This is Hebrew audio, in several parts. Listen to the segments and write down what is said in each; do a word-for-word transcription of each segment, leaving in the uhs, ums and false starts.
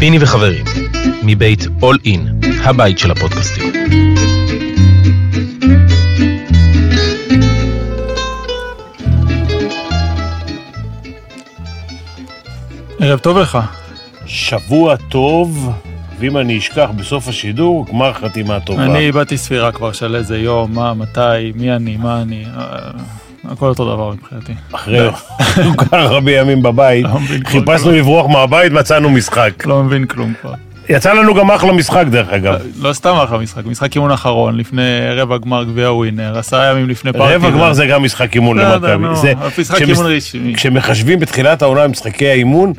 פיני וחברים, מבית All In, הבית של הפודקאסטים. ערב טוב לך. שבוע טוב, ואם אני אשכח בסוף השידור, גמר חתימה טובה. אני איבדתי ספירה כבר של איזה יום, מה, מתי, מי אני, מה אני, הכל אותו דבר מבחינתי. אחרי כל הרבה ימים בבית, חיפשנו לברוח מהבית, מצאנו משחק. לא מבין כלום כבר. יצא לנו גם אחלה משחק דרך אגב. לא סתם אחלה משחק, משחק אימון אחרון, לפני רבע גמר גביע ווינר, עשרה ימים לפני פרטי. רבע גמר זה גם משחק אימון למכבי. משחק אימון רשמי. כשמחשבים בתחילת העונה משחקי האימון,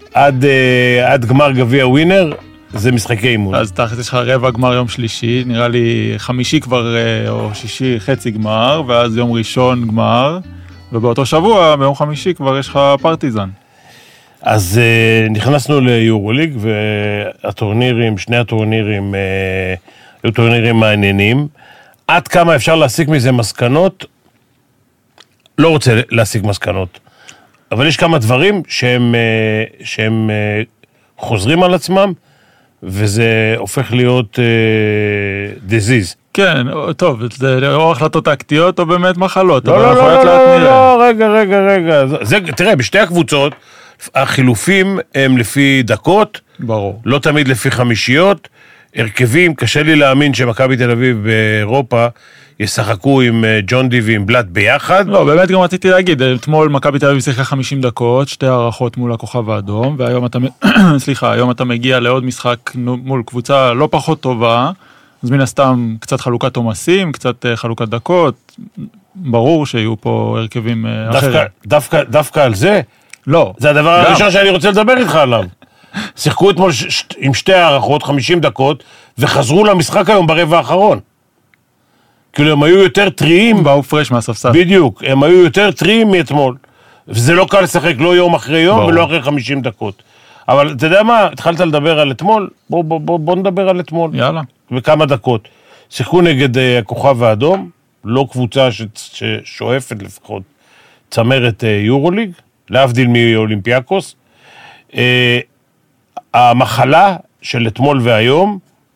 עד גמר גביע ווינר, זה משחקי אימון. אז תחת יש לך רבע גמר יום שלישי, נראה לי חמישי כבר, או שישי חצי גמר, ואז יום ראשון גמר, ובאותו שבוע, ביום חמישי כבר יש לך פרטיזן. אז uh, נכנסנו ליורוליג, והטורנירים, שני הטורנירים, uh, היו טורנירים מעניינים. עד כמה אפשר להסיק מזה מסקנות? לא רוצה להסיק מסקנות. אבל יש כמה דברים שהם, uh, שהם uh, חוזרים על עצמם, וזה הופך להיות uh, disease. כן, טוב, זה או החלטות טקטיות או באמת מחלות. לא, לא, לא, לא, לא, רגע, רגע, רגע. זה, תראה, בשתי הקבוצות, החילופים הם לפי דקות, ברור. לא תמיד לפי חמישיות, הרכבים, קשה לי להאמין שמכבי תל אביב באירופה ישחקו עם ג'ון די ועם בלאט ביחד. לא, באמת גם רציתי להגיד, אתמול מכבי תל אביב שיחקה חמישים דקות, שתי הערכות מול הכוכב האדום, והיום אתה, סליחה, היום אתה מגיע לעוד משחק מול קבוצה לא פחות טובה, אז מן הסתם קצת חלוקת עומסים, קצת חלוקת דקות, ברור שיהיו פה הרכבים אחרים. דווקא, דווקא על זה? לא. זה הדבר הראשון שאני רוצה לדבר איתך עליו. שיחקו אתמול ש- עם שתי הערכות, חמישים דקות, וחזרו למשחק היום ברבע האחרון. כאילו הם היו יותר טריים. באו פרש מהספסל. בדיוק, הם היו יותר טריים מאתמול. וזה לא קל לשחק לא יום אחרי יום, ברור. ולא אחרי חמישים דקות. אבל אתה יודע מה, התחלת לדבר על אתמול, בוא, בוא, בוא, בוא נדבר על אתמול. יאללה. בכמה דקות. שיחקו נגד uh, הכוכב האדום, לא קבוצה ש- ששואפת לפחות צמרת uh, יורוליג, להבדיל מאולימפיאקוס. Uh, המחלה של אתמול והיום,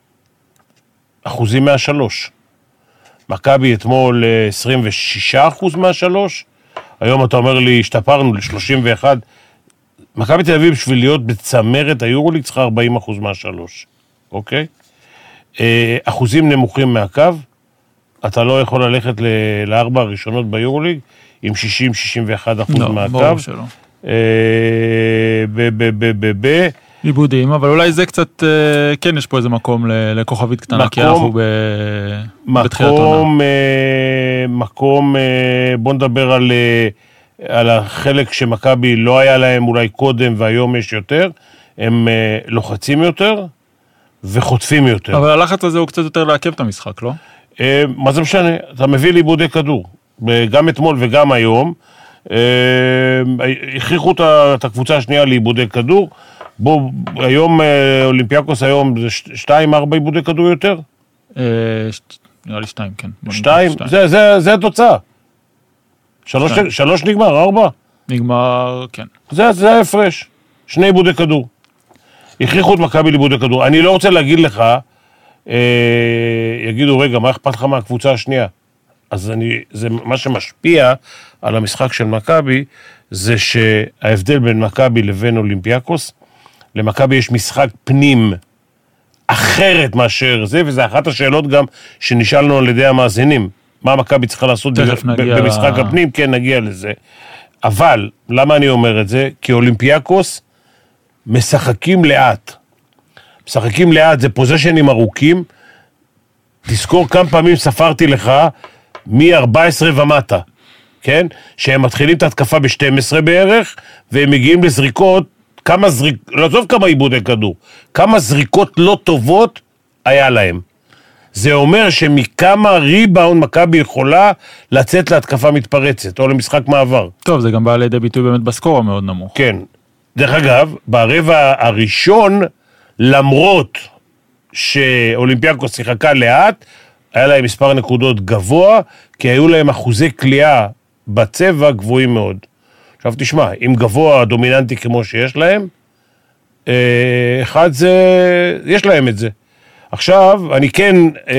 אחוזים מהשלוש. מכבי אתמול עשרים ושישה אחוז מהשלוש, היום אתה אומר לי, השתפרנו ל-שלושים ואחת. מכבי תל אביב בשביל להיות בצמרת היורוליג צריכה ארבעים אחוז מהשלוש, אוקיי? Uh, אחוזים נמוכים מהקו, אתה לא יכול ללכת ל- לארבע הראשונות ביורוליג, עם שישים שישים ואחת אחוז לא, מהקו. ברור שלא. ב ב ב ב ב עיבודים, אבל אולי זה קצת, כן, יש פה איזה מקום לכוכבית קטנה, כי אנחנו בתחילת עונה. מקום, בוא נדבר על, על החלק שמכבי לא היה להם אולי קודם והיום יש יותר, הם לוחצים יותר וחוטפים יותר. אבל הלחץ הזה הוא קצת יותר לעכב את המשחק, לא? מה זה משנה? אתה מביא לאיבודי כדור, גם אתמול וגם היום, הכריחו את הקבוצה השנייה לאיבודי כדור, בוא, היום אולימפיאקוס היום זה שתיים, ארבע איבודי כדור יותר? נראה לי שתיים, כן. שתיים? זה, זה, זה התוצאה. שלוש, שלוש נגמר, ארבע? נגמר, כן. זה, זה ההפרש. שני איבודי כדור. הכריחו את מכבי לאיבודי כדור. אני לא רוצה להגיד לך, אה, יגידו, רגע, מה אכפת לך מהקבוצה השנייה? אז אני, זה מה שמשפיע על המשחק של מכבי, זה שההבדל בין מכבי לבין אולימפיאקוס, למכבי יש משחק פנים אחרת מאשר זה, וזה אחת השאלות גם שנשאלנו על ידי המאזינים. מה מכבי צריכה לעשות במשחק הפנים? כן, נגיע לזה. אבל, למה אני אומר את זה? כי אולימפיאקוס משחקים לאט. משחקים לאט, זה פוזיישנים ארוכים. תזכור כמה פעמים ספרתי לך מ-ארבע עשרה ומטה, כן? שהם מתחילים את ההתקפה ב-שתים עשרה בערך, והם מגיעים לזריקות, כמה זריק... לא עזוב כמה איבודי כדור, כמה זריקות לא טובות היה להם. זה אומר שמכמה ריבאונד מכבי יכולה לצאת להתקפה מתפרצת, או למשחק מעבר. טוב, זה גם בא לידי ביטוי באמת בסקור המאוד נמוך. כן. דרך אגב, ברבע הראשון, למרות שאולימפיאקוס שיחקה לאט, היה להם מספר נקודות גבוה, כי היו להם אחוזי קליעה בצבע גבוהים מאוד. עכשיו תשמע, אם גבוה דומיננטי כמו שיש להם, אחד זה, יש להם את זה. עכשיו, אני כן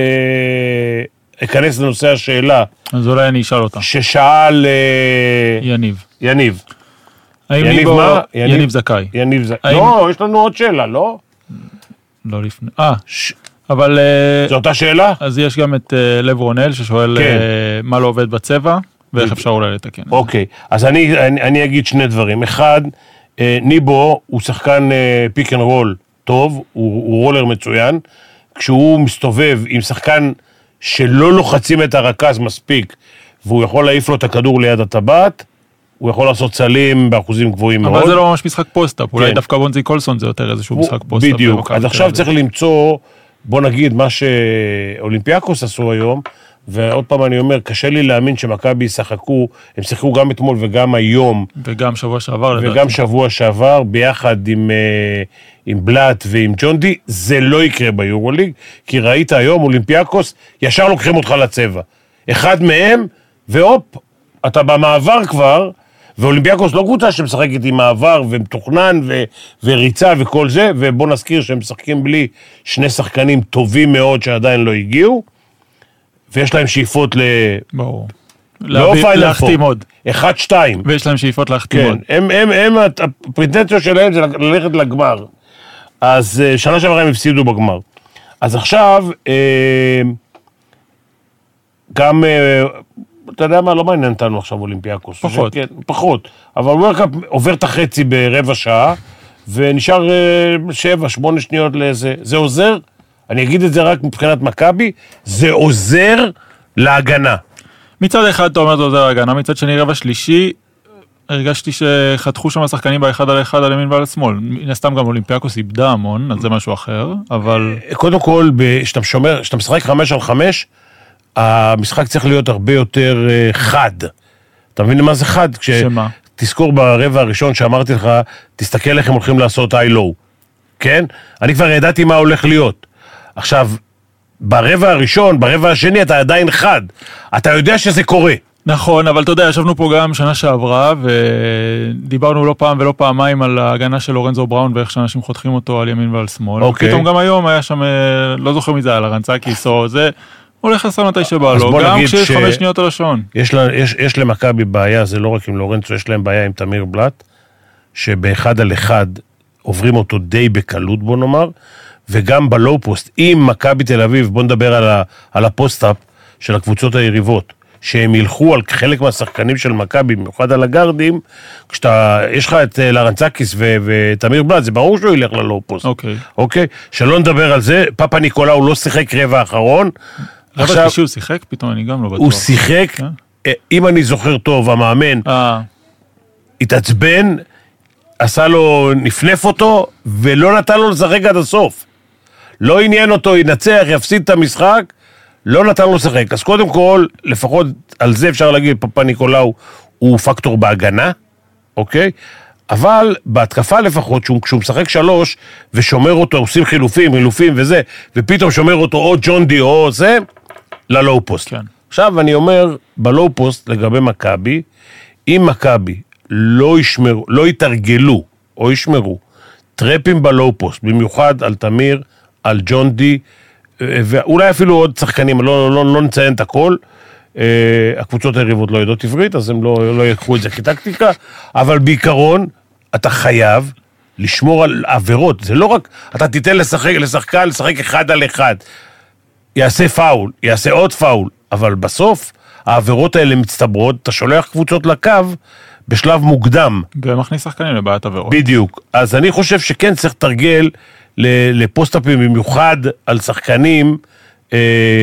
אכנס לנושא השאלה. אז אולי אני אשאל אותה. ששאל... יניב. יניב. יניב מה? יניב זכאי. יניב זכאי. לא, יש לנו עוד שאלה, לא? לא לפני. אה, אבל... זו אותה שאלה? אז יש גם את לב רונל ששואל מה לא עובד בצבע, ואיך אפשר אולי לתקן. אוקיי, אז אני אגיד שני דברים. אחד, ניבו הוא שחקן פיק אנד רול טוב, הוא רולר מצוין, כשהוא מסתובב עם שחקן שלא לוחצים את הרכז מספיק, והוא יכול להעיף לו את הכדור ליד הטבעת, הוא יכול לעשות צלים באחוזים גבוהים מאוד. אבל זה לא ממש משחק פוסט-אפ, אולי דווקא בונזי קולסון זה יותר איזשהו משחק פוסט-אפ. בדיוק, אז עכשיו צריך למצוא, בוא נגיד, מה שאולימפיאקוס עשו היום, ועוד פעם אני אומר, קשה לי להאמין שמכבי ישחקו, הם שיחקו גם אתמול וגם היום. וגם שבוע שעבר לדעתי. וגם שבוע שעבר, ביחד עם, עם בלאט ועם ג'ונדי, זה לא יקרה ביורוליג, כי ראית היום אולימפיאקוס, ישר לוקחים אותך לצבע. אחד מהם, והופ, אתה במעבר כבר, ואולימפיאקוס לא קבוצה שמשחקת עם מעבר ומתוכנן ו- וריצה וכל זה, ובוא נזכיר שהם משחקים בלי שני שחקנים טובים מאוד שעדיין לא הגיעו, ויש להם שאיפות ל... ברור. לא פיינל להחתים עוד. אחד, שתיים. ויש להם שאיפות להחתים כן, עוד. הם, הם, הם, הפרינטנציה שלהם זה ללכת לגמר. אז שנה שעברה הם הפסידו בגמר. אז עכשיו, גם... אתה יודע מה, לא מעניין אותנו עכשיו אולימפיאקוס. פחות. שכן, פחות. אבל וורקאפ עובר את החצי ברבע שעה, ונשאר שבע, שמונה שניות לאיזה... זה עוזר, אני אגיד את זה רק מבחינת מכבי, זה עוזר להגנה. מצד אחד אתה אומר זה עוזר להגנה, מצד שני רבע שלישי, הרגשתי שחתכו שם השחקנים באחד על אחד על ימין ועל שמאל. מן הסתם גם אולימפיאקוס איבדה המון, אז זה משהו אחר, אבל... קודם כל, כשאתה שומר, כשאתה משחק חמש על חמש, המשחק צריך להיות הרבה יותר חד. אתה מבין מה זה חד? שמה? תזכור ברבע הראשון שאמרתי לך, תסתכל איך הם הולכים לעשות איי-לואו. כן? אני כבר ידעתי מה הולך להיות. עכשיו, ברבע הראשון, ברבע השני, אתה עדיין חד. אתה יודע שזה קורה. נכון, אבל אתה יודע, ישבנו פה גם שנה שעברה, ודיברנו לא פעם ולא פעמיים על ההגנה של לורנזו בראון, ואיך שאנשים חותכים אותו על ימין ועל שמאל. אוקיי. פתאום גם היום היה שם, לא זוכר מי זה, על הרנצקיס או זה, הולך לסון מתי שבא לו, גם כשיש חמש שניות על השעון. יש, יש, יש למכבי בעיה, זה לא רק עם לורנצו, יש להם בעיה עם תמיר בלאט, שבאחד על אחד עוברים אותו די בקלות, בוא נאמר, וגם בלואו פוסט, אם מכבי תל אביב, בוא נדבר על, ה, על הפוסט-אפ של הקבוצות היריבות, שהם ילכו על חלק מהשחקנים של מכבי, במיוחד על הגרדים, כשאתה, יש לך את לרנצקיס ו- ותמיר בלאט, זה ברור שהוא ילך ללואו פוסט. אוקיי. אוקיי? שלא נדבר על זה, פאפה ניקולאו לא שיחק רבע האחרון. רבע שלישי הוא שיחק? פתאום אני גם לא בטוח. הוא שיחק, אם אני זוכר טוב, המאמן התעצבן, עשה לו, נפנף אותו, ולא נתן לו לשחק עד הסוף. לא עניין אותו, ינצח, יפסיד את המשחק, לא נתן לו לשחק. אז קודם כל, לפחות על זה אפשר להגיד, פאפה ניקולאו הוא פקטור בהגנה, אוקיי? אבל בהתקפה לפחות, כשהוא משחק שלוש, ושומר אותו, עושים חילופים, חילופים וזה, ופתאום שומר אותו או ג'ונדי או זה, ללואו פוסט. כן. עכשיו אני אומר, בלואו פוסט לגבי מכבי, אם מכבי לא ישמרו, לא יתרגלו, או ישמרו, טרפים בלואו פוסט, במיוחד על תמיר, על ג'ונדי, ואולי אפילו עוד שחקנים, לא, לא, לא נציין את הכל, הקבוצות היריבות לא יודעות עברית, אז הם לא, לא יקחו את זה כטקטיקה, אבל בעיקרון, אתה חייב לשמור על עבירות, זה לא רק, אתה תיתן לשחק, לשחקן, לשחק אחד על אחד, יעשה פאול, יעשה עוד פאול, אבל בסוף, העבירות האלה מצטברות, אתה שולח קבוצות לקו, בשלב מוקדם. ומכניס שחקנים לבעיית עבירות. בדיוק, אז אני חושב שכן צריך תרגל, לפוסט-אפים במיוחד על שחקנים, אה,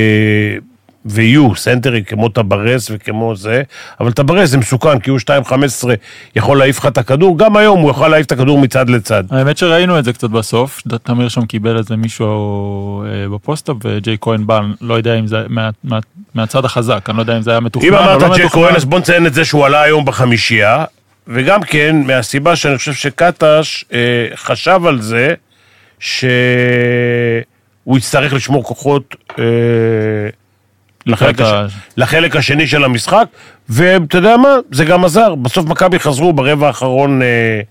ויהיו סנטרי כמו טברס וכמו זה, אבל טברס זה מסוכן, כי הוא שתיים חמש עשרה יכול להעיף לך את הכדור, גם היום הוא יכול להעיף את הכדור מצד לצד. האמת שראינו את זה קצת בסוף, תמיר שם קיבל איזה מישהו בפוסט-אפ, וג'יי כהן בא, לא יודע אם זה מה, מה, מהצד החזק, אני לא יודע אם זה היה מתוכנן או לא מתוכנן. אם אמרת ג'יי כהן, אז בוא נציין את זה שהוא עלה היום בחמישייה, וגם כן, מהסיבה שאני חושב שקטש אה, חשב על זה, שהוא יצטרך לשמור כוחות אה, לחלק, הש... לחלק השני של המשחק, ואתה יודע מה, זה גם עזר. בסוף מכבי חזרו ברבע האחרון אה,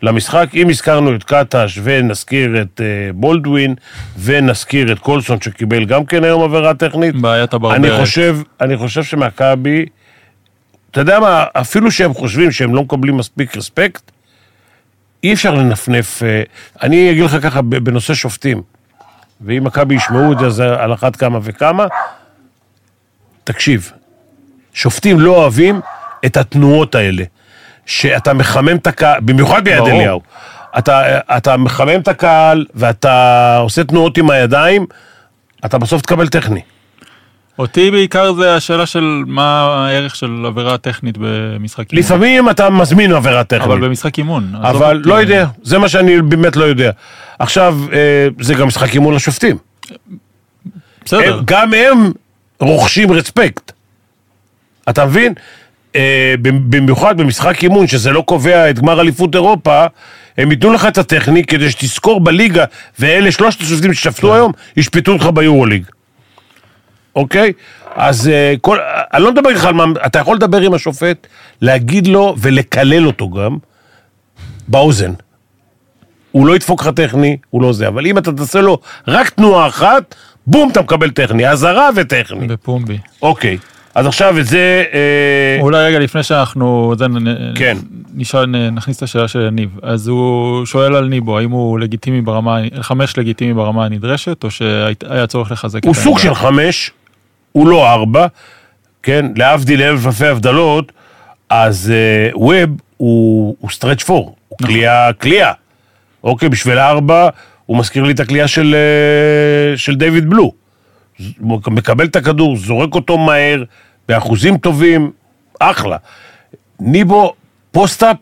למשחק, אם הזכרנו את קטש ונזכיר את uh, בולדווין, ונזכיר את קולסון שקיבל גם כן היום עבירה טכנית, בעיית הברברת. אני חושב, אני חושב שמכבי, אתה יודע מה, אפילו שהם חושבים שהם לא מקבלים מספיק רספקט, אי אפשר לנפנף, אני אגיד לך ככה בנושא שופטים, ואם מכבי ישמעו את זה, זה על אחת כמה וכמה, תקשיב, שופטים לא אוהבים את התנועות האלה, שאתה מחמם את הקהל, במיוחד ביד אליהו, אתה, אתה מחמם את הקהל, ואתה עושה תנועות עם הידיים, אתה בסוף תקבל טכני. אותי בעיקר זה השאלה של מה הערך של עבירה טכנית במשחק אימון. לפעמים אתה מזמין עבירה טכנית. אבל במשחק אימון. אבל לא יודע, זה מה שאני באמת לא יודע. עכשיו, זה גם משחק אימון לשופטים. בסדר. גם הם רוכשים רספקט. אתה מבין? במיוחד במשחק אימון, שזה לא קובע את גמר אליפות אירופה, הם ייתנו לך את הטכני כדי שתזכור בליגה, ואלה שלושת השופטים ששפטו היום, ישפטו לך ביורוליג. אוקיי? אז כל, אני לא מדבר איתך על מה, אתה יכול לדבר עם השופט, להגיד לו ולקלל אותו גם, באוזן. הוא לא ידפוק לך טכני, הוא לא זה, אבל אם אתה תעשה לו רק תנועה אחת, בום, אתה מקבל טכני, עזרה וטכני. בפומבי. אוקיי. אז עכשיו את זה... אולי רגע לפני שאנחנו כן. נשאל, נכניס את השאלה של ניב. אז הוא שואל על ניבו, האם הוא לגיטימי ברמה, חמש לגיטימי ברמה הנדרשת, או שהיה צורך לחזק? הוא סוג של חמש, הוא לא ארבע, כן? להבדיל אלף אלפי הבדלות, אז ווב הוא סטרץ' פור, הוא קליעה. אוקיי, בשביל ארבע, הוא מזכיר לי את הקליעה של דיוויד בלו. הוא מקבל את הכדור, זורק אותו מהר, באחוזים טובים, אחלה. ניבו, פוסט-אפ,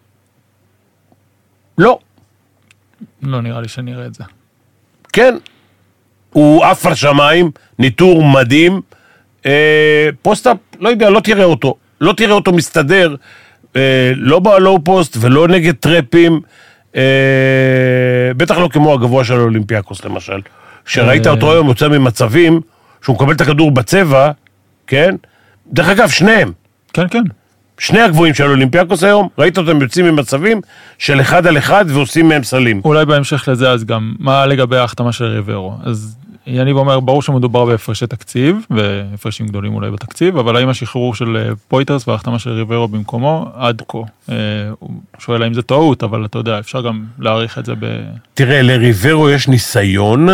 לא. לא נראה לי שנראה את זה. כן, הוא עף על שמיים, ניטור מדהים, אה, פוסט-אפ, לא יודע, לא תראה אותו, לא תראה אותו מסתדר, אה, לא בלואו פוסט ולא נגד טרפים, אה, בטח לא כמו הגבוה של האולימפיאקוס למשל. שראית אותו היום יוצא ממצבים, שהוא מקבל את הכדור בצבע, כן? דרך אגב, שניהם. כן, כן. שני הגבוהים של אולימפיאקוס היום, ראית אותם יוצאים ממצבים של אחד על אחד ועושים מהם סלים. אולי בהמשך לזה אז גם, מה לגבי ההחתמה של ריברו? אז יניב אומר, ברור שמדובר בהפרשי תקציב, והפרשים גדולים אולי בתקציב, אבל האם השחרור של פויטרס וההחתמה של ריברו במקומו עד כה? הוא שואל האם זה טעות, אבל אתה יודע, אפשר גם להעריך את זה ב... תראה, לריברו יש ניסיון,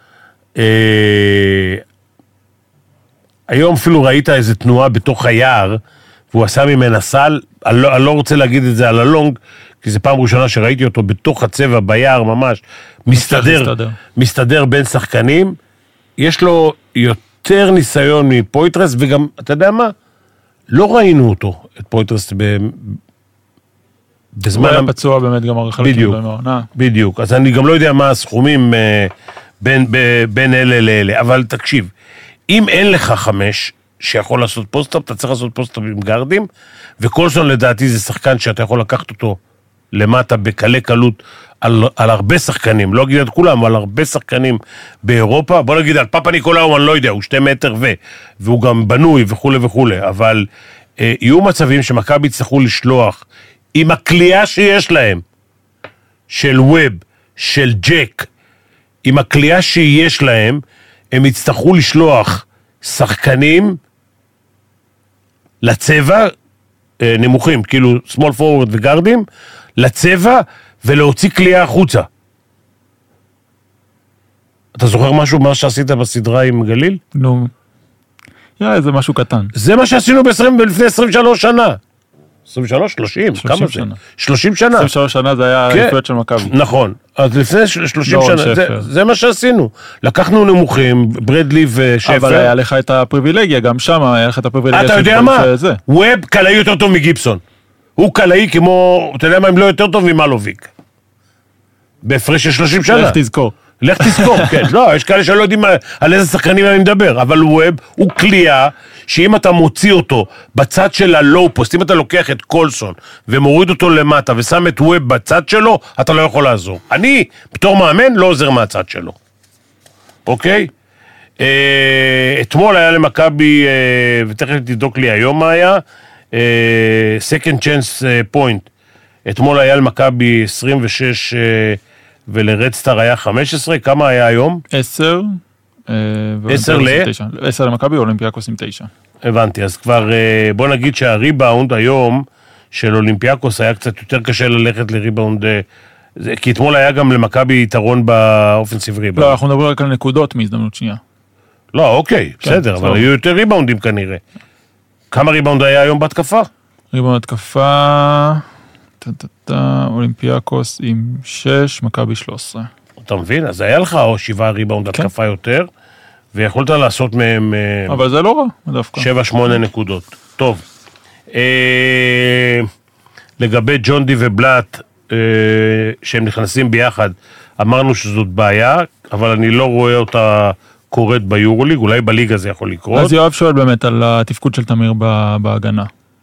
היום אפילו ראית איזו תנועה בתוך היער, והוא עשה ממנה סל, אני לא, אני לא רוצה להגיד את זה על הלונג, כי זו פעם ראשונה שראיתי אותו בתוך הצבע, ביער ממש, מסתדר, מסתדר. מסתדר בין שחקנים, יש לו יותר ניסיון מפויטרס, וגם, אתה יודע מה? לא ראינו אותו, את פויטרס ב... בזמן... הוא היה פצוע באמת גם הרחלקים. בדיוק, בדיוק. אז אני גם לא יודע מה הסכומים בין, בין אלה לאלה, אבל תקשיב, אם אין לך חמש, שיכול לעשות פוסט-אפ, אתה צריך לעשות פוסט-אפ עם גרדים, וקולסון לדעתי זה שחקן שאתה יכול לקחת אותו למטה בקלי קלות על, על הרבה שחקנים, לא אגיד את כולם, אבל הרבה שחקנים באירופה, בוא נגיד על פאפה ניקולאו, אני לא יודע, הוא שתי מטר ו, והוא גם בנוי וכו' וכו', אבל אה, יהיו מצבים שמכבי יצטרכו לשלוח עם הקליעה שיש להם, של ווב, של ג'ק, עם הקליעה שיש להם, הם יצטרכו לשלוח שחקנים לצבע, נמוכים, כאילו small forward וגרדים, לצבע ולהוציא קליעה החוצה. אתה זוכר משהו, מה שעשית בסדרה עם גליל? נו, יאללה, זה משהו קטן. זה מה שעשינו לפני עשרים ושלוש שנה. עשרים ושלוש, שלושים, כמה זה? שלושים שנה. עשרים ושלוש שנה זה היה האליפויות של מכבי. נכון, אז לפני שלושים שנה, זה מה שעשינו. לקחנו נמוכים, ברדלי ושפר. אבל היה לך את הפריבילגיה, גם שם היה לך את הפריבילגיה. אתה יודע מה? ווב קלעי יותר טוב מגיבסון. הוא קלעי כמו, אתה יודע מה, הם לא יותר טוב ממלוביק. בהפרש של שלושים שנה. לך תזכור. לך תזכור, כן. לא, יש כאלה שלא יודעים על איזה שחקנים אני מדבר, אבל ווב הוא קליעה, שאם אתה מוציא אותו בצד של הלואו פוסט, אם אתה לוקח את קולסון ומוריד אותו למטה ושם את ווב בצד שלו, אתה לא יכול לעזור. אני, בתור מאמן, לא עוזר מהצד שלו. אוקיי? אתמול היה למכבי, ותכף תבדוק לי היום מה היה, second chance point, אתמול היה למכבי עשרים ושש ולרדסטאר היה חמש עשרה, כמה היה היום? עשר. עשר ל? עשר למכבי, אולימפיאקוס עם תשע. הבנתי, אז כבר בוא נגיד שהריבאונד היום של אולימפיאקוס היה קצת יותר קשה ללכת לריבאונד, כי אתמול היה גם למכבי יתרון באופנסיב ריבאונד. לא, אנחנו מדברים רק על נקודות מהזדמנות שנייה. לא, אוקיי, בסדר, אבל היו יותר ריבאונדים כנראה. כמה ריבאונד היה היום בהתקפה? ריבאונד התקפה, אולימפיאקוס עם שש, מכבי שלוש עשרה. אתה מבין? אז היה לך או שבעה ריבאונד התקפה יותר, ויכולת לעשות מהם... אבל זה לא רע, דווקא. שבע, שמונה נקודות. טוב. לגבי ג'ון די ובלאט, שהם נכנסים ביחד, אמרנו שזאת בעיה, אבל אני לא רואה אותה קורית ביורוליג, אולי בליגה זה יכול לקרות. אז יואב שואל באמת על התפקוד של תמיר בהגנה.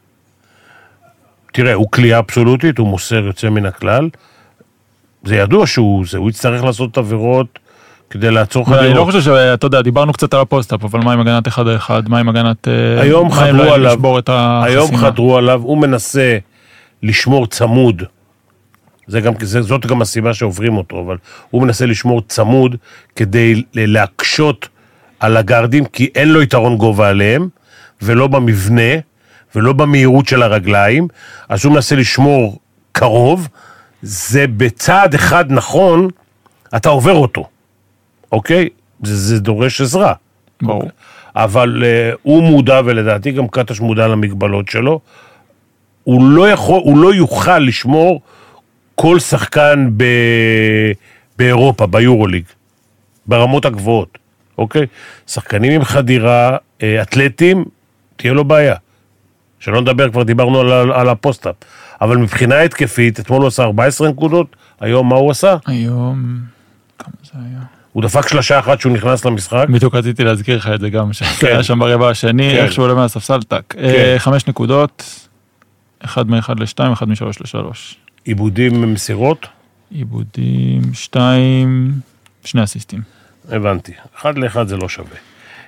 תראה, הוא כלייה אבסולוטית, הוא מוסר יוצא מן הכלל. זה ידוע שהוא זה, הוא יצטרך לעשות עבירות כדי לעצור חדירות. אני לא חושב שאתה יודע, דיברנו קצת על הפוסט-אפ, אבל מה עם הגנת אחד על אחד, מה עם הגנת... היום חדרו עליו, היום חדרו עליו, הוא מנסה לשמור צמוד, זה גם, זה, זאת גם הסיבה שעוברים אותו, אבל הוא מנסה לשמור צמוד כדי להקשות על הגארדים, כי אין לו יתרון גובה עליהם, ולא במבנה, ולא במהירות של הרגליים, אז הוא מנסה לשמור קרוב, זה בצעד אחד נכון, אתה עובר אותו, אוקיי? זה, זה דורש עזרה. ברור. אוקיי? אבל uh, הוא מודע, ולדעתי גם קטש מודע למגבלות שלו, הוא לא, יכול, הוא לא יוכל לשמור כל שחקן ב... באירופה, ביורוליג, ברמות הגבוהות, אוקיי? שחקנים עם חדירה, אתלטים, תהיה לו בעיה. שלא נדבר, כבר דיברנו על, על הפוסט-אפ. אבל מבחינה התקפית, אתמול הוא עשה ארבע עשרה נקודות, היום מה הוא עשה? היום, כמה זה היה? הוא דפק שלושה אחת שהוא נכנס למשחק. בדיוק רציתי להזכיר לך את זה גם, שהיה שם ברבע השני, כן. איכשהו עולה מהספסל, טק. כן. חמש נקודות, אחד מאחד לשתיים, אחד משלוש לשלוש. עיבודים מסירות? עיבודים, שתיים, שני אסיסטים. הבנתי. אחד לאחד זה לא שווה.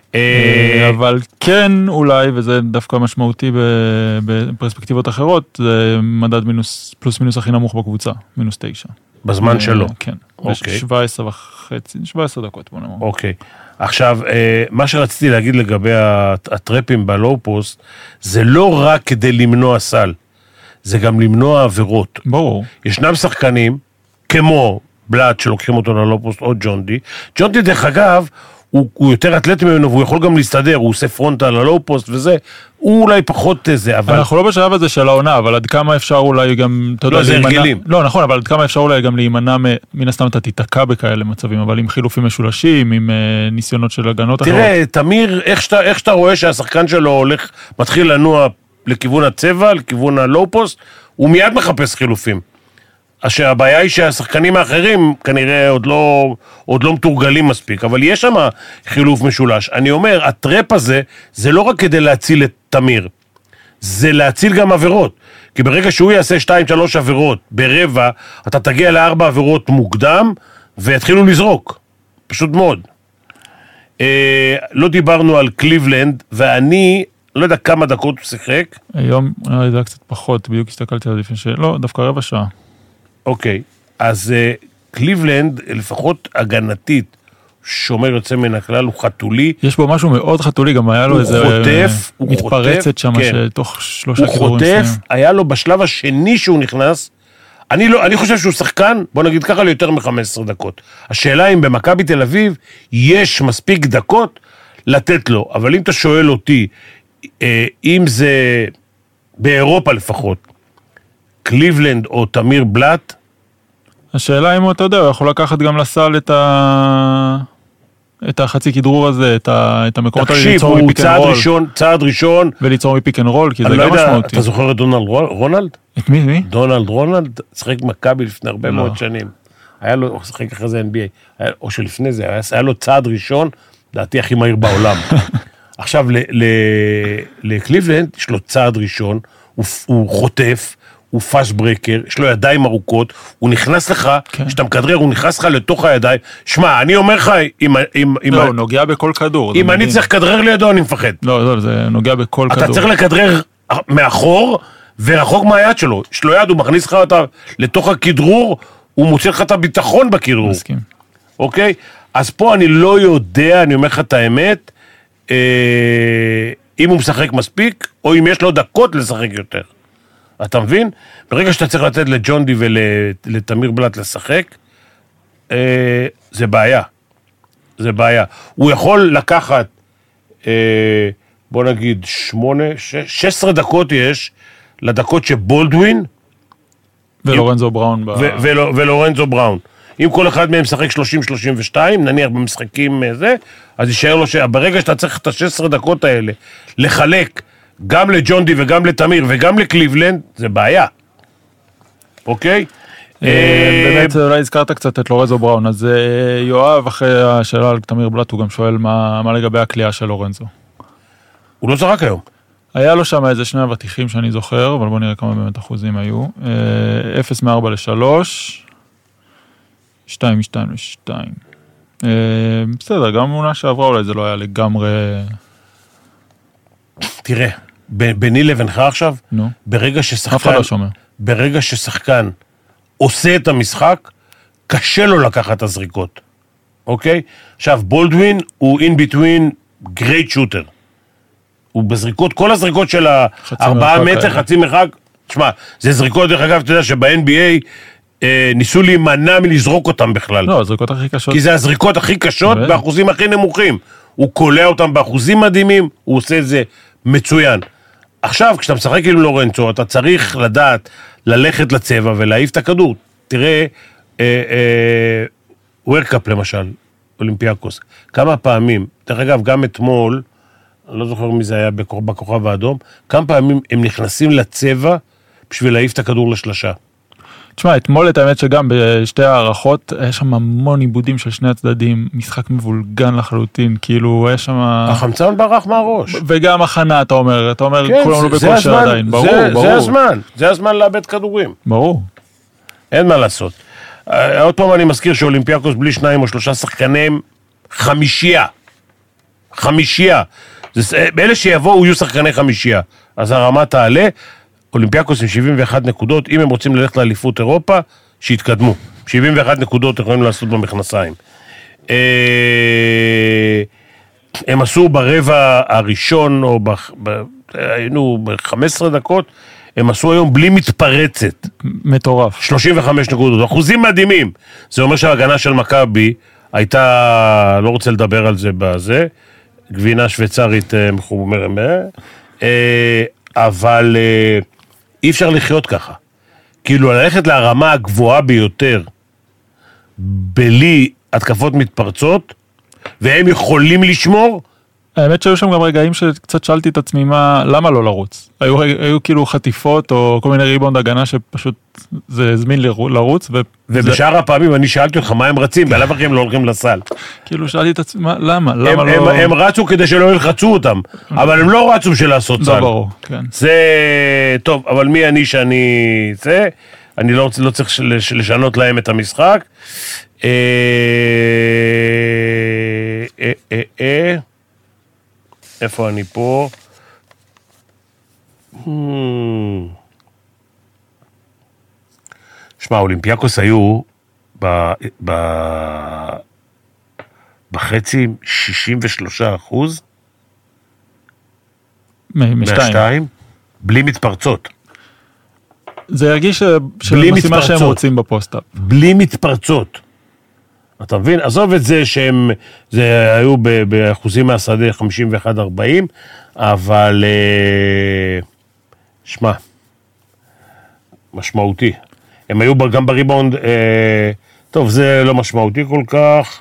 אבל כן אולי, וזה דווקא משמעותי בפרספקטיבות אחרות, זה מדד מינוס, פלוס מינוס הכי נמוך בקבוצה, מינוס תשע. בזמן שלו? כן. אוקיי. שבע עשרה וחצי, שבע עשרה דקות בוא נאמר. אוקיי. עכשיו, מה שרציתי להגיד לגבי הטרפים בלואו פוסט, זה לא רק כדי למנוע סל, זה גם למנוע עבירות. ברור. ישנם שחקנים, כמו בלאט שלוקחים אותו ללואו פוסט, או ג'ון די. ג'ון די, דרך אגב, הוא, הוא יותר אתלט ממנו, והוא יכול גם להסתדר, הוא עושה פרונט על הלואו פוסט וזה, הוא אולי פחות זה, אבל... אנחנו לא בשלב הזה של העונה, אבל עד כמה אפשר אולי גם... לא, זה הרגלים. לא, נכון, אבל עד כמה אפשר אולי גם להימנע, מן הסתם אתה תיתקע בכאלה מצבים, אבל עם חילופים משולשים, עם uh, ניסיונות של הגנות אחרות. תראה, תמיר, איך שאתה, איך שאתה רואה שהשחקן שלו הולך, מתחיל לנוע לכיוון הצבע, לכיוון הלואו פוסט, הוא מיד מחפש חילופים. אז שהבעיה היא שהשחקנים האחרים כנראה עוד לא, עוד לא מתורגלים מספיק, אבל יש שם חילוף משולש. אני אומר, הטרפ הזה, זה לא רק כדי להציל את תמיר, זה להציל גם עבירות. כי ברגע שהוא יעשה שתיים, שלוש עבירות ברבע, אתה תגיע לארבע עבירות מוקדם, ויתחילו לזרוק. פשוט מאוד. אה, לא דיברנו על קליבלנד, ואני לא יודע כמה דקות הוא שיחק. היום, אני יודע קצת פחות, בדיוק הסתכלתי על זה לפני ש... לא, דווקא רבע שעה. אוקיי, אז קליבלנד, לפחות הגנתית, שומר יוצא מן הכלל, הוא חתולי. יש בו משהו מאוד חתולי, גם היה לו איזה... חוטף, הוא חוטף. מתפרצת שם, שתוך שלושה כדורים. הוא חוטף, היה לו בשלב השני שהוא נכנס, אני לא, אני חושב שהוא שחקן, בוא נגיד ככה, ליותר מ-חמש עשרה דקות. השאלה אם במכבי תל אביב, יש מספיק דקות לתת לו, אבל אם אתה שואל אותי, אם זה באירופה לפחות, קליבלנד או תמיר בלאט? השאלה אם אתה יודע, הוא יכול לקחת גם לסל את ה... את החצי כדרור הזה, את, ה... את המקומות האלה, ליצור מפיק אנד רול. תקשיב, הוא צעד ראשון. וליצור מפיק אנד רול, כי זה גם לא משמעותי. אתה זוכר את דונלד רונלד? את מי? מי? דונלד רונלד, שחק מכבי לפני הרבה לא. מאוד שנים. היה לו, הוא שחק אחרי זה אן בי איי, היה, או שלפני זה, היה, היה לו צעד ראשון, דעתי הכי מהיר בעולם. עכשיו, ל, ל, לקליבלנד יש לו צעד ראשון, הוא, הוא חוטף, הוא פאסט ברקר, יש לו ידיים ארוכות, הוא נכנס לך, כשאתה מקדרר, הוא נכנס לך לתוך הידיים. שמע, אני אומר לך, אם... לא, הוא נוגע בכל כדור. אם אני צריך לקדרר לידו, אני מפחד. לא, לא, זה נוגע בכל כדור. אתה צריך לקדרר מאחור, ורחוק מהיד שלו, יש לו יד, הוא מכניס לך אותה לתוך הכדרור, הוא מוצא לך את הביטחון בכדרור. מסכים. אוקיי? אז פה אני לא יודע, אני אומר לך את האמת, אה, אם הוא משחק מספיק, או אם יש לו דקות לשחק יותר. אתה מבין? ברגע שאתה צריך לתת לג'ונדי ולתמיר בלט לשחק, אה, זה בעיה. זה בעיה. הוא יכול לקחת, אה, בוא נגיד, שמונה, שש, שש עשרה דקות יש, לדקות שבולדווין, ולורנזו בראון. ב... ו- ו- ולורנזו בראון. אם כל אחד מהם משחק שלושים שלושים ושתיים, נניח במשחקים זה, אז יישאר לו ש... ברגע שאתה צריך את ה-שש עשרה דקות האלה, לחלק גם לג'ונדי וגם לתמיר וגם לקליבלנד, זה בעיה. אוקיי? באמת אולי הזכרת קצת את לורנזו בראון, אז יואב אחרי השאלה על תמיר בלט, הוא גם שואל מה, מה לגבי הקליעה של לורנזו. הוא לא זרק היום. היה לו שם איזה שני אבטיחים שאני זוכר, אבל בוא נראה כמה באמת אחוזים היו. אפס מארבע לשלוש, שתיים משתיים לשתיים. בסדר, גם עונה שעברה אולי זה לא היה לגמרי... תראה, ביני לבינך עכשיו, נו. ברגע ששחקן... אף אחד לא שומע. ברגע ששחקן עושה את המשחק, קשה לו לקחת את הזריקות. אוקיי? עכשיו, בולדווין הוא in between great shooter. הוא בזריקות, כל הזריקות של הארבעה מטר, חצי מרחק, תשמע, זה זריקות, דרך אגב, אתה יודע שב-אן בי איי אה, ניסו להימנע מלזרוק אותם בכלל. לא, הזריקות הכי קשות. כי זה הזריקות הכי קשות, באחוזים הכי נמוכים. הוא קולע אותם באחוזים מדהימים, הוא עושה את זה מצוין. עכשיו, כשאתה משחק עם לורנצו, אתה צריך לדעת ללכת לצבע ולהעיף את הכדור. תראה, אה, אה, וורקאפ למשל, אולימפיאקוס, כמה פעמים, דרך אגב, גם אתמול, אני לא זוכר מי זה היה בכוכב האדום, כמה פעמים הם נכנסים לצבע בשביל להעיף את הכדור לשלשה. תשמע, אתמול את האמת שגם בשתי הערכות, היה שם המון עיבודים של שני הצדדים, משחק מבולגן לחלוטין, כאילו, היה שם... החמצן ברח מהראש. וגם הכנה, אתה אומר, אתה אומר, כן, כולנו בכושר עדיין, ברור, זה, ברור. זה הזמן, זה הזמן לאבד כדורים. ברור. אין מה לעשות. עוד פעם אני מזכיר שאולימפיאקוס בלי שניים או שלושה שחקנים, חמישייה. חמישייה. באלה שיבואו יהיו שחקני חמישייה. אז הרמה תעלה, אולימפיאקוס עם שבעים ואחת נקודות, אם הם רוצים ללכת לאליפות אירופה, שיתקדמו. שבעים ואחת נקודות יכולים לעשות במכנסיים. הם עשו ברבע הראשון, או היינו ב-חמש עשרה דקות, הם עשו היום בלי מתפרצת. מטורף. שלושים וחמש נקודות, אחוזים מדהימים. זה אומר שההגנה של מכבי הייתה, לא רוצה לדבר על זה בזה, גבינה שוויצרית מחומרת, אבל אי אפשר לחיות ככה. כאילו ללכת לרמה הגבוהה ביותר, בלי התקפות מתפרצות, והם יכולים לשמור. האמת שהיו שם גם רגעים שקצת שאלתי את עצמי מה, למה לא לרוץ? היו, היו כאילו חטיפות או כל מיני ריבונד הגנה שפשוט זה הזמין לרוץ. ו... ובשאר זה... הפעמים אני שאלתי אותך מה הם רצים, בלב אחרי הם לא הולכים לסל. כאילו שאלתי את עצמי, למה? למה הם, לא... הם, הם רצו כדי שלא ילחצו אותם, אבל הם לא רצו בשביל לעשות סל. לא ברור, כן. זה טוב, אבל מי אני שאני... זה, אני לא, לא צריך לשנות להם את המשחק. אה... אה... אה... אה... איפה אני פה? שמע, אולימפיאקוס היו ב... ב... בחצי שישים ושלושה אחוז מהשתיים, בלי מתפרצות. זה הרגיש שהם עושים מה שהם רוצים בפוסט-אפ. בלי מתפרצות. אתה מבין? עזוב את זה שהם, זה היו באחוזים מהשדה חמישים ואחת ארבעים, אבל, שמה, משמעותי. הם היו גם בריבאונד, טוב, זה לא משמעותי כל כך,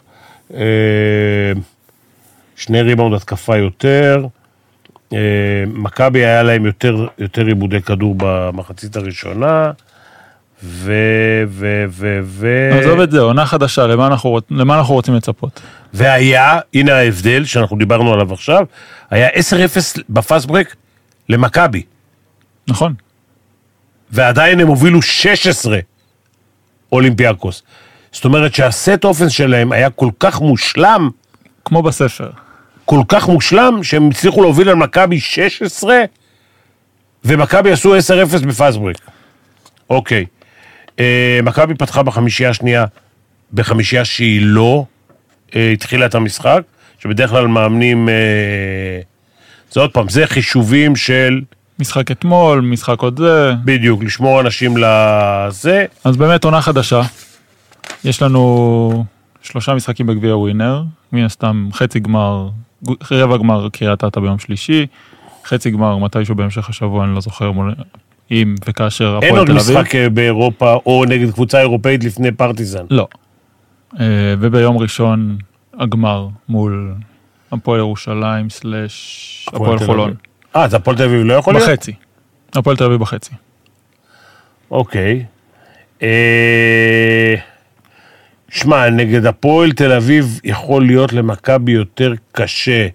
שני ריבאונד התקפה יותר, מכבי היה להם יותר, יותר עיבודי כדור במחצית הראשונה, ו... ו... ו... ו... עזוב את זה, עונה חדשה, למה אנחנו, למה אנחנו רוצים לצפות? והיה, הנה ההבדל שאנחנו דיברנו עליו עכשיו, היה עשר אפס בפאסט ברק למכבי. נכון. ועדיין הם הובילו שש עשרה אולימפיאקוס. זאת אומרת שהסט אופנס שלהם היה כל כך מושלם, כמו בספר. כל כך מושלם, שהם הצליחו להוביל על מכבי שש עשרה, ומכבי עשו עשר אפס בפאסט-ברייק. אוקיי. אה, מכבי פתחה בחמישייה השנייה, בחמישייה שהיא לא אה, התחילה את המשחק, שבדרך כלל מאמנים, אה, זה עוד פעם, זה חישובים של... משחק אתמול, משחק עוד זה. בדיוק, לשמור אנשים לזה. אז באמת עונה חדשה. יש לנו שלושה משחקים בגביע ווינר, מן הסתם חצי גמר, רבע גמר קריית אתא ביום שלישי, חצי גמר מתישהו בהמשך השבוע, אני לא זוכר מול... אם וכאשר אין עוד משחק באירופה או נגד קבוצה אירופאית לפני פרטיזן. לא. וביום ראשון הגמר מול הפועל ירושלים סלש הפועל חולון. אה, אז הפועל תל אביב לא יכול להיות? בחצי. הפועל תל אביב בחצי. אוקיי. שמע, נגד הפועל תל אביב יכול להיות למכבי יותר קשה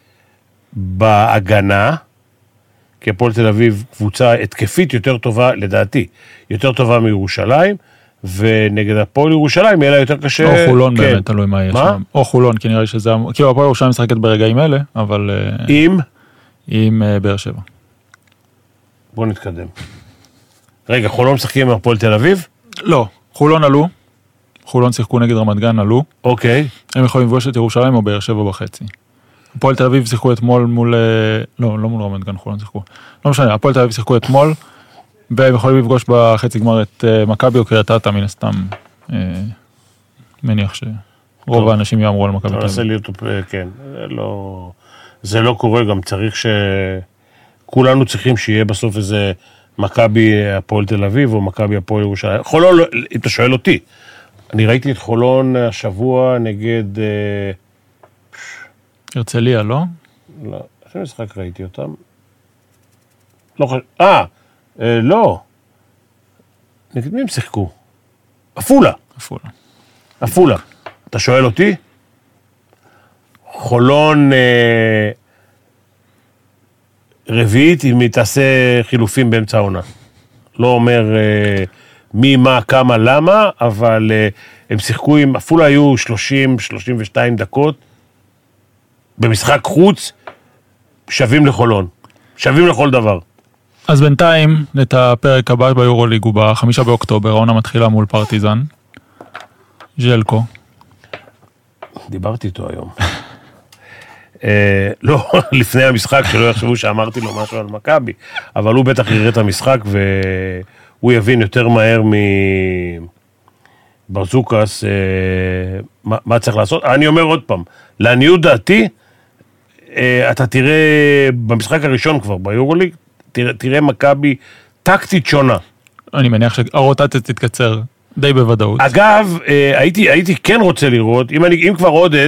בהגנה, כי הפועל תל אביב קבוצה התקפית יותר טובה, לדעתי, יותר טובה מירושלים, ונגד הפועל ירושלים יהיה לה יותר קשה... או חולון באמת, תלוי מה יש שם. או חולון, כי נראה לי שזה... כאילו הפועל ירושלים משחקת ברגעים אלה, אבל... עם? עם באר שבע. בוא נתקדם. רגע, חולון משחקים עם הפועל תל אביב? לא, חולון עלו. חולון שיחקו נגד רמת גן עלו. אוקיי. הם יכולים לפגוש את ירושלים או באר שבע בחצי. הפועל תל אביב שיחקו אתמול מול... לא, לא מול רמת גן, חולון שיחקו. לא משנה, הפועל תל אביב שיחקו אתמול, והם יכולים לפגוש בחצי גמר את מכבי או קריית אתא, מן הסתם. מניח שרוב האנשים יאמרו על מכבי תל אביב. תנסה להיות, כן. לא... זה לא קורה, גם צריך ש... כולנו צריכים שיהיה בסוף איזה מכבי הפועל תל אביב או מכבי הפועל ירושלים. חולון, אם אתה שואל אותי, אני ראיתי את חולון השבוע נגד... הרצליה, לא? לא, איזה משחק ראיתי אותם? לא חושב... אה, לא. נגד מי הם שיחקו? אפולה. אפולה. אפולה. אתה שואל אותי? חולון אה, רביעית, אם היא תעשה חילופים באמצע העונה. לא אומר אה, מי, מה, כמה, למה, אבל אה, הם שיחקו עם, אפולה היו שלושים שלושים ושתיים דקות, במשחק חוץ, שווים לחולון. שווים לכל דבר. אז בינתיים, את הפרק הבא ביורוליג הוא בחמישה באוקטובר, העונה מתחילה מול פרטיזן. ז'לקו. דיברתי איתו היום. לא, לפני המשחק, שלא יחשבו שאמרתי לו משהו על מכבי, אבל הוא בטח יראה את המשחק, והוא יבין יותר מהר מברזוקס מה צריך לעשות. אני אומר עוד פעם, לעניות דעתי, אתה תראה במשחק הראשון כבר, ביורוליג, תראה מכבי טקטית שונה. אני מניח שהרוטציה תתקצר די בוודאות. אגב, הייתי, הייתי כן רוצה לראות, אם, אני, אם כבר עודד,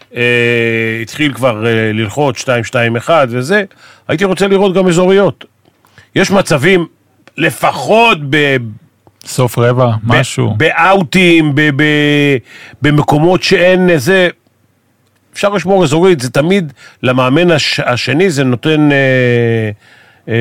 התחיל כבר ללחוץ שתיים שתיים אחת וזה, הייתי רוצה לראות גם אזוריות. יש מצבים, לפחות ב... סוף רבע, משהו. באוטים, ב, ב, במקומות שאין איזה... אפשר לשמור אזורית, זה תמיד למאמן הש, השני, זה נותן... אה, אה,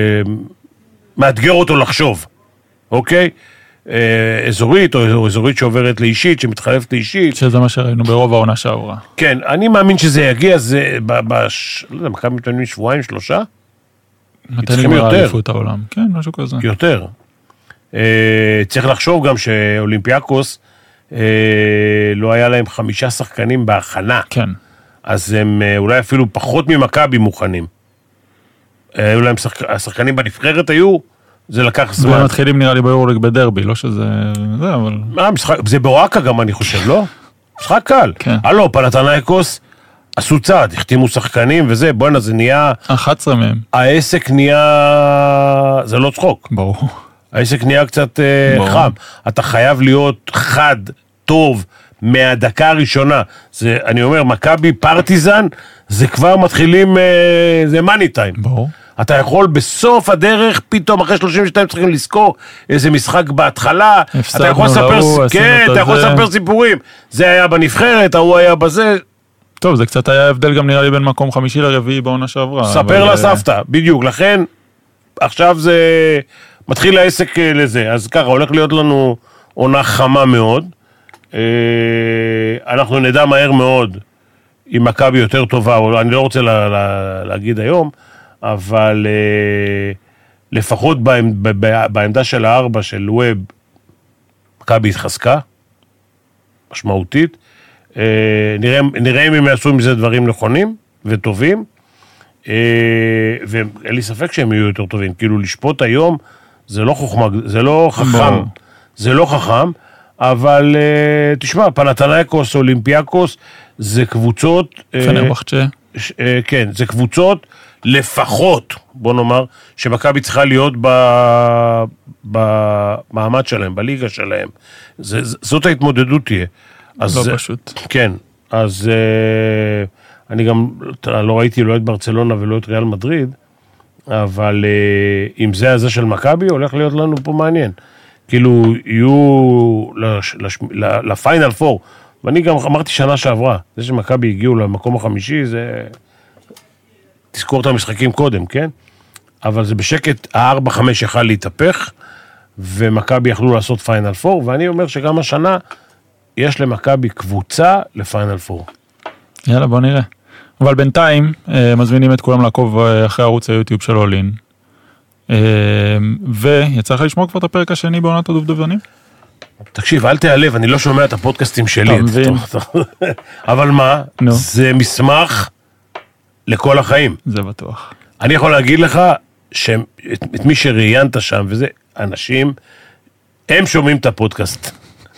מאתגר אותו לחשוב, אוקיי? אה, אזורית, או, או אזורית שעוברת לאישית, שמתחלפת לאישית. שזה מה שראינו ברוב העונה שעברה. כן, אני מאמין שזה יגיע, זה... בש, לא יודע, מכבי מתאמנים שבועיים, שלושה? מתי נגמר אליפות העולם? כן, משהו כזה. יותר. אה, צריך לחשוב גם שאולימפיאקוס, אה, לא היה להם חמישה שחקנים בהכנה. כן. אז הם אולי אפילו פחות ממכבי מוכנים. היו להם שחק... השחקנים בנבחרת היו, זה לקח זמן. והם מתחילים נראה לי ביורוליג בדרבי, לא שזה... זה, אבל... מה, משחק... זה באוהקה גם אני חושב, לא? משחק קל. כן. הלו, פנתנייקוס עשו צעד, החתימו שחקנים וזה, בוא'נה, זה נהיה... אחת עשרה מהם. העסק נהיה... זה לא צחוק. ברור. העסק נהיה קצת ברור. חם. אתה חייב להיות חד, טוב, מהדקה הראשונה. זה, אני אומר, מכבי פרטיזן, זה כבר מתחילים, זה מאני טיים. ברור. אתה יכול בסוף הדרך, פתאום אחרי שלושים ושתיים צריכים לזכור איזה משחק בהתחלה. אתה יכול לספר, כן, אתה יכול לספר סיפורים. זה היה בנבחרת, ההוא היה בזה. טוב, זה קצת היה הבדל גם נראה לי בין מקום חמישי לרביעי בעונה שעברה. ספר לה סבתא, בדיוק. לכן, עכשיו זה מתחיל העסק לזה. אז ככה, הולך להיות לנו עונה חמה מאוד. אנחנו נדע מהר מאוד אם מכבי יותר טובה, אני לא רוצה לה, לה, להגיד היום, אבל לפחות בעמדה של הארבע של ווב, מכבי התחזקה, משמעותית. נראה, נראה אם הם יעשו עם זה דברים נכונים וטובים, ואין לי ספק שהם יהיו יותר טובים. כאילו לשפוט היום זה לא חוכמה, זה לא חכם, זה לא חכם, אבל תשמע, פנתנייקוס, אולימפיאקוס, זה קבוצות... פנרבחצ'ה. כן, זה קבוצות לפחות, בוא נאמר, שמכבי צריכה להיות במעמד שלהם, בליגה שלהם. זאת ההתמודדות תהיה. לא פשוט. כן, אז אני גם לא ראיתי לא את ברצלונה ולא את ריאל מדריד, אבל אם זה הזה של מכבי, הולך להיות לנו פה מעניין. כאילו, יהיו לפיינל פור, ואני גם אמרתי שנה שעברה, זה שמכבי הגיעו למקום החמישי, זה... תזכור את המשחקים קודם, כן? אבל זה בשקט, ה-ארבע חמש יכל להתהפך, ומכבי יכלו לעשות פיינל פור, ואני אומר שגם השנה יש למכבי קבוצה לפיינל פור. יאללה, בוא נראה. אבל בינתיים, מזמינים את כולם לעקוב אחרי ערוץ היוטיוב של אולין, ויצא לך לשמוע כבר את הפרק השני בעונת הדובדבנים? תקשיב, אל תיעלב, אני לא שומע את הפודקאסטים שלי. אתה מבין. אבל מה? זה מסמך לכל החיים. זה בטוח. אני יכול להגיד לך שאת מי שראיינת שם, וזה אנשים, הם שומעים את הפודקאסט.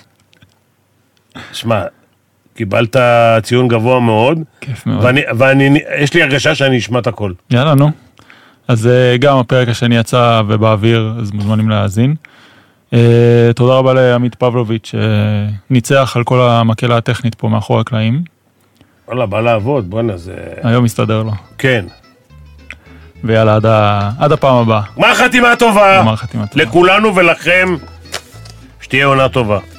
שמע, קיבלת ציון גבוה מאוד. כיף מאוד. ואני, יש לי הרגשה שאני אשמע את הכל. יאללה, נו. אז גם הפרק השני יצא ובאוויר, אז מוזמנים להאזין. תודה רבה לעמית פבלוביץ' שניצח על כל המקלה הטכנית פה מאחורי הקלעים. וואלה, בא לעבוד, בוא'נה, זה... היום מסתדר לו. כן. ויאללה, עד, ה... עד הפעם הבאה. גמר חתימה טובה. גמר חתימה טובה. לכולנו ולכם, שתהיה עונה טובה.